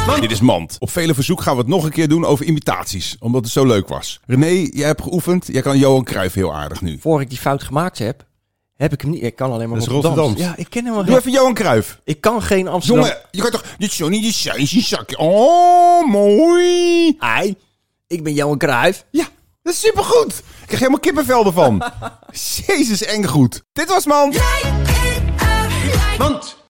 Dit is Mand. Op vele verzoek gaan we het nog een keer doen over imitaties. Omdat het zo leuk was. René, jij hebt geoefend. Jij kan Johan Cruijff heel aardig nu. Voor ik die fout gemaakt heb ik hem niet. Ik kan alleen maar Dat is Rotterdams. Rotterdams. Ja, ik ken hem wel. Doe even Johan Cruijff. Ik kan geen Amsterdam. Jongen, je kan toch... Dit is zo niet je zijn zakje. Oh, mooi. Ai, ik ben Johan Cruijff. Ja, dat is supergoed. Ik krijg helemaal kippenvel ervan. Jezus, eng goed. Dit was Mand. Mand.